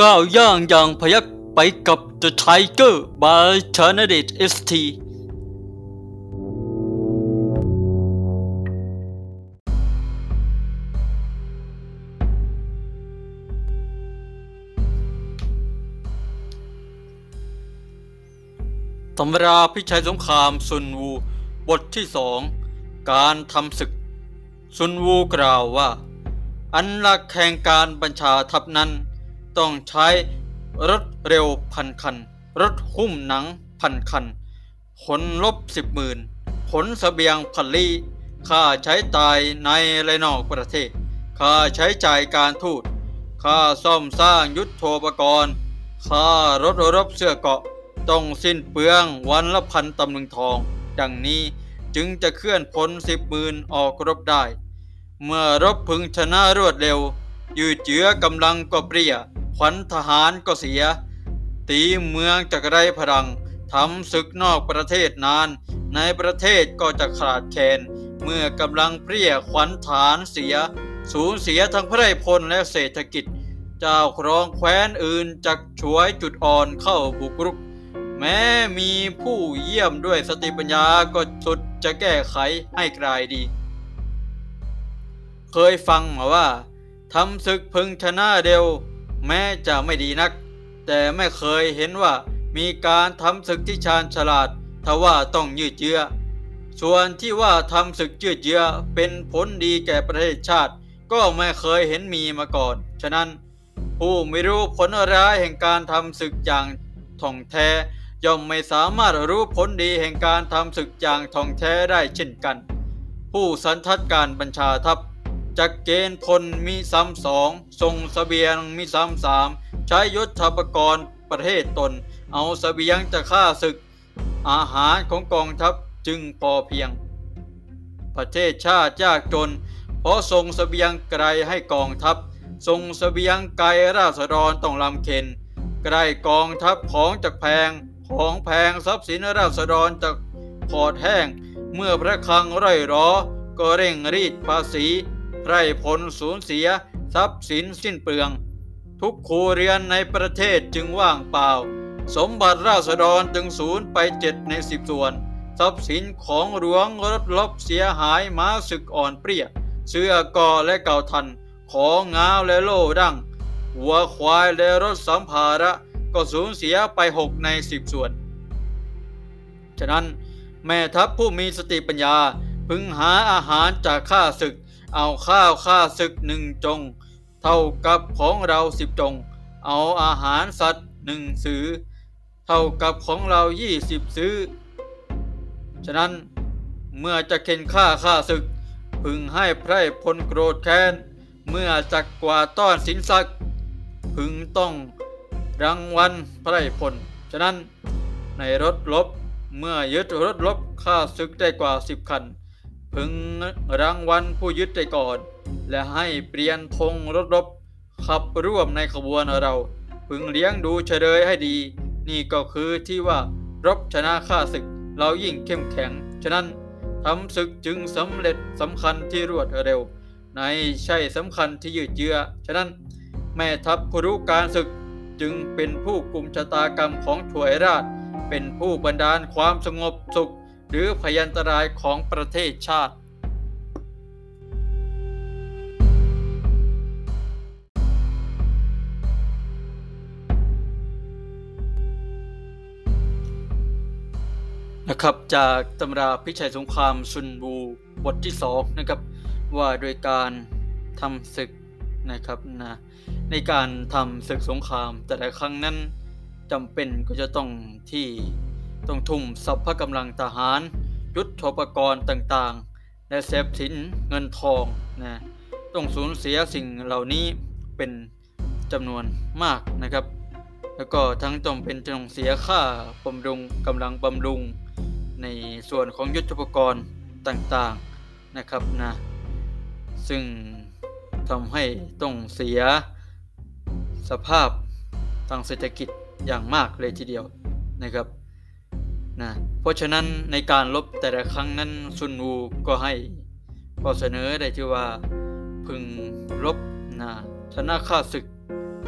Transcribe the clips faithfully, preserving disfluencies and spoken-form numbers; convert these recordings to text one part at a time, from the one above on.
ก้าวย่างอย่างพยักไปกับ The Tiger by Chanadit เอส ที ตำราพิชัยสงครามซุนวูบทที่สองการทำศึกซุนวูกล่าวว่าอันลักแห่งการบัญชาทัพนั้นต้องใช้รถเร็วพันคันรถหุ้มหนังพันคันขนลบสิบหมื่นขนเสบียงพันลี้ค่าใช้จ่ายในและนอกประเทศค่าใช้จ่ายการทูตค่าซ่อมสร้างยุทโธปกรณ์ค่ารถรบเสื้อเกราะต้องสิ้นเปลืองวันละพันตำลึงทองดังนี้จึงจะเคลื่อนพลสิบหมื่นออกรบได้เมื่อรบพึงชนะรวดเร็วยืดเยื้อกำลังก็เปรี้ยขวัญทหารก็เสียตีเมืองจะไร้พลังทำศึกนอกประเทศนานในประเทศก็จะขาดแคลนเมื่อกำลังเปรี้ยขวัญฐานเสียสูญเสียทั้งพระไพพลและเศรษฐกิจเจ้าครองแคว้นอื่นจักฉวยจุดอ่อนเข้าบุกรุกแม้มีผู้เยี่ยมด้วยสติปัญญาก็สุดจะแก้ไขให้กลายดีเคยฟังมาว่าทำศึกพึงชนะเร็วแม้จะไม่ดีนักแต่ไม่เคยเห็นว่ามีการทำศึกที่ชาญฉลาดทว่าต้องยืดเยื้อส่วนที่ว่าทำศึกยืดเยื้อเป็นผลดีแก่ประเทศชาติก็ไม่เคยเห็นมีมาก่อนฉะนั้นผู้ไม่รู้ผลร้ายแห่งการทำศึกอย่างท่องแท้ย่อมไม่สามารถรู้ผลดีแห่งการทำศึกอย่างท่องแท้ได้เช่นกันผู้สันทัดการบัญชาทัพจักเกณฑ์พลมีซ้ำสองส่งเสบียงมีซ้ำสามใช้ยุทธปกรณ์ประเทศตนเอาเสบียงจะฆ่าศึกอาหารของกองทัพจึงพอเพียงประเทศชาติยากจนเพราะส่งเสบียงไกลให้กองทัพส่งเสบียงไกลราษฎรต้องลำเค็นใกล้กองทัพของจักแพงของแพงทรัพย์สินราษฎรจักพอดแห้งเมื่อพระคลังร่อยรอก็เร่งรีดภาษีไพร่พลสูญเสียทรัพย์สินสิ้นเปลืองทุกครัวเรือนในประเทศจึงว่างเปล่าสมบัติราษฎรจึงสูญไปเจ็ดในสิบส่วนทรัพย์สินของหลวงรถลบเสียหายม้าศึกอ่อนเปรี้ยเสื้อกอและเก่าทันของงาวและโล่ดั้งวัวควายและรถสัมภาระก็สูญเสียไปหกในสิบส่วนฉะนั้นแม่ทัพผู้มีสติปัญญาพึงหาอาหารจากข้าศึกเอาข้าวข้าศึกหนึ่งจงเท่ากับของเราสิบจงเอาอาหารสัตว์หนึ่งซื้อเท่ากับของเรายี่สิบซื้อฉะนั้นเมื่อจะเข็นฆ่าข้าศึกพึงให้ไพร่พลโกรธแค้นเมื่อจักกว่าต้อนสินสักพึงต้องรางวัลไพร่พลฉะนั้นในรถรบเมื่อยึดรถรบข้าศึกได้กว่าสิบคันพึงรางวัลผู้ยึดได้ก่อนและให้เปลี่ยนธงรถรบขับร่วมในขบวนเราพึงเลี้ยงดูเฉลยให้ดีนี่ก็คือที่ว่ารบชนะข้าศึกเรายิ่งเข้มแข็งฉะนั้นทำศึกจึงสำเร็จสำคัญที่รวดเร็วในใช่สำคัญที่ยืดเยื้อฉะนั้นแม่ทัพผู้รู้การศึกจึงเป็นผู้กุมชะตากรรมของถวยราชเป็นผู้บันดาลความสงบสุขหรือพยันตรายของประเทศชาตินะครับจากตำราพิชัยสงครามซุนวูบทที่สองนะครับว่าโดยการทำศึกนะครับนะในการทำศึกสงครามแต่ละครั้งนั้นจำเป็นก็จะต้องที่ต้องทุ่มทรัพย์กำลังทหารยุทโธปกรณ์ต่างๆและทรัพย์สินเงินทองนะต้องสูญเสียสิ่งเหล่านี้เป็นจำนวนมากนะครับแล้วก็ทั้งต้องเป็นต้องเสียค่าบำรุงกำลังบำรุงในส่วนของยุทโธปกรณ์ต่างๆนะครับนะซึ่งทำให้ต้องเสียสภาพทางเศรษฐกิจอย่างมากเลยทีเดียวนะครับนะเพราะฉะนั้นในการลบแต่ละครั้งนั้นซุนวูก็ให้ข้อเสนอได้ที่ว่าพึงลบนะชนะข้าศึกพึง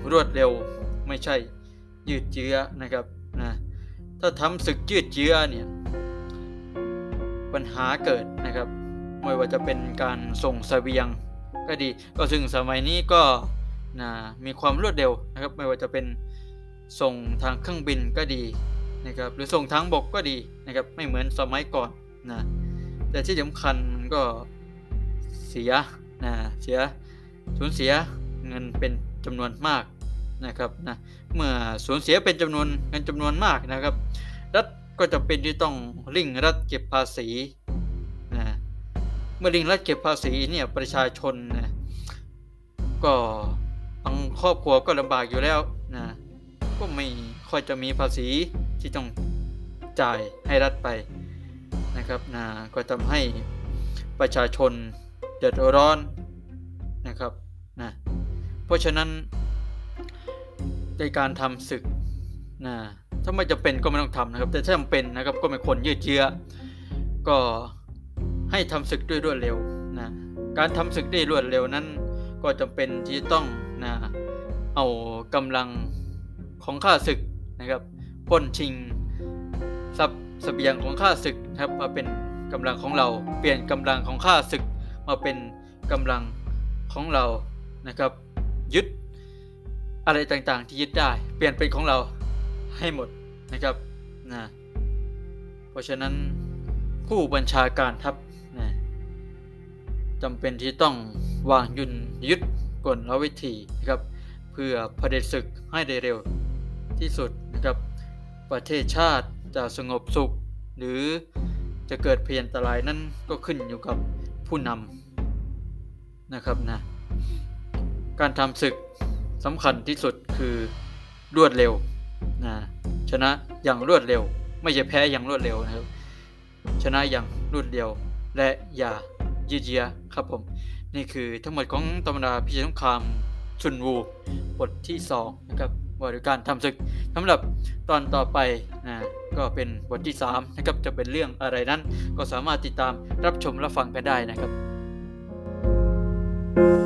รวดเร็วไม่ใช่ยืดเยื้อนะครับนะถ้าทำศึกยืดเยื้อเนี่ยปัญหาเกิดนะครับไม่ว่าจะเป็นการส่งเสบียงก็ดีก็ซึ่งสมัยนี้ก็นะมีความรวดเร็วนะครับไม่ว่าจะเป็นส่งทางเครื่องบินก็ดีนะครับหรือส่งทางบกก็ดีนะครับไม่เหมือนสมัยก่อนนะแต่ที่สำคัญมันก็เสียนะเสียสูญเสียเงินเป็นจำนวนมากนะครับนะเมื่อสูญเสียเป็นจำนวนเงินจำนวนมากนะครับรัฐก็จะเป็นที่ต้องเร่งรัดเก็บภาษีนะเมื่อเร่งรัดเก็บภาษีเนี่ยประชาชนนะก็บางครอบครัวก็ลำบากอยู่แล้วนะก็ไม่ค่อยจะมีภาษีที่ต้องจ่ายให้รัฐไปนะครับนะก็ทำให้ประชาชนเดือดร้อนนะครับนะเพราะฉะนั้นในการทำศึกนะถ้าไม่จำเป็นก็ไม่ต้องทำนะครับแต่ถ้าจำเป็นนะครับก็ไม่ควรยืดเยื้อก็ให้ทำศึกด้วยรวดเร็วนะการทำศึกได้รวดเร็วนั้นก็จำเป็นที่ต้องนะเอากำลังของข้าศึกนะครับปล้นชิงทรัพย์เสบียงของข้าศึกนะครับมาเป็นกำลังของเราเปลี่ยนกำลังของข้าศึกมาเป็นกำลังของเรานะครับยึดอะไรต่างๆที่ยึดได้เปลี่ยนเป็นของเราให้หมดนะครับนะเพราะฉะนั้นผู้บัญชาการทัพนะจำเป็นที่ต้องวางยุนยึดกลวิธีนะครับเพื่อเผด็จศึกให้ได้เร็วที่สุดนะครับประเทศชาติจะสงบสุขหรือจะเกิดภัยอันตรายนั้นก็ขึ้นอยู่กับผู้นำนะครับนะการทำศึกสำคัญที่สุดคือรวดเร็วนะชนะอย่างรวดเร็วไม่ใช่แพ้อย่างรวดเร็วนะครับชนะอย่างรวดเร็วและอย่ายืดเยื้อครับผมนี่คือทั้งหมดของตำราพิชิตสงครามชุนวูบทที่สองนะครับว่าด้วยการทำศึกสำหรับตอนต่อไปนะก็เป็นบทที่สามนะครับจะเป็นเรื่องอะไรนั้นก็สามารถติดตามรับชมรับฟังกันได้นะครับ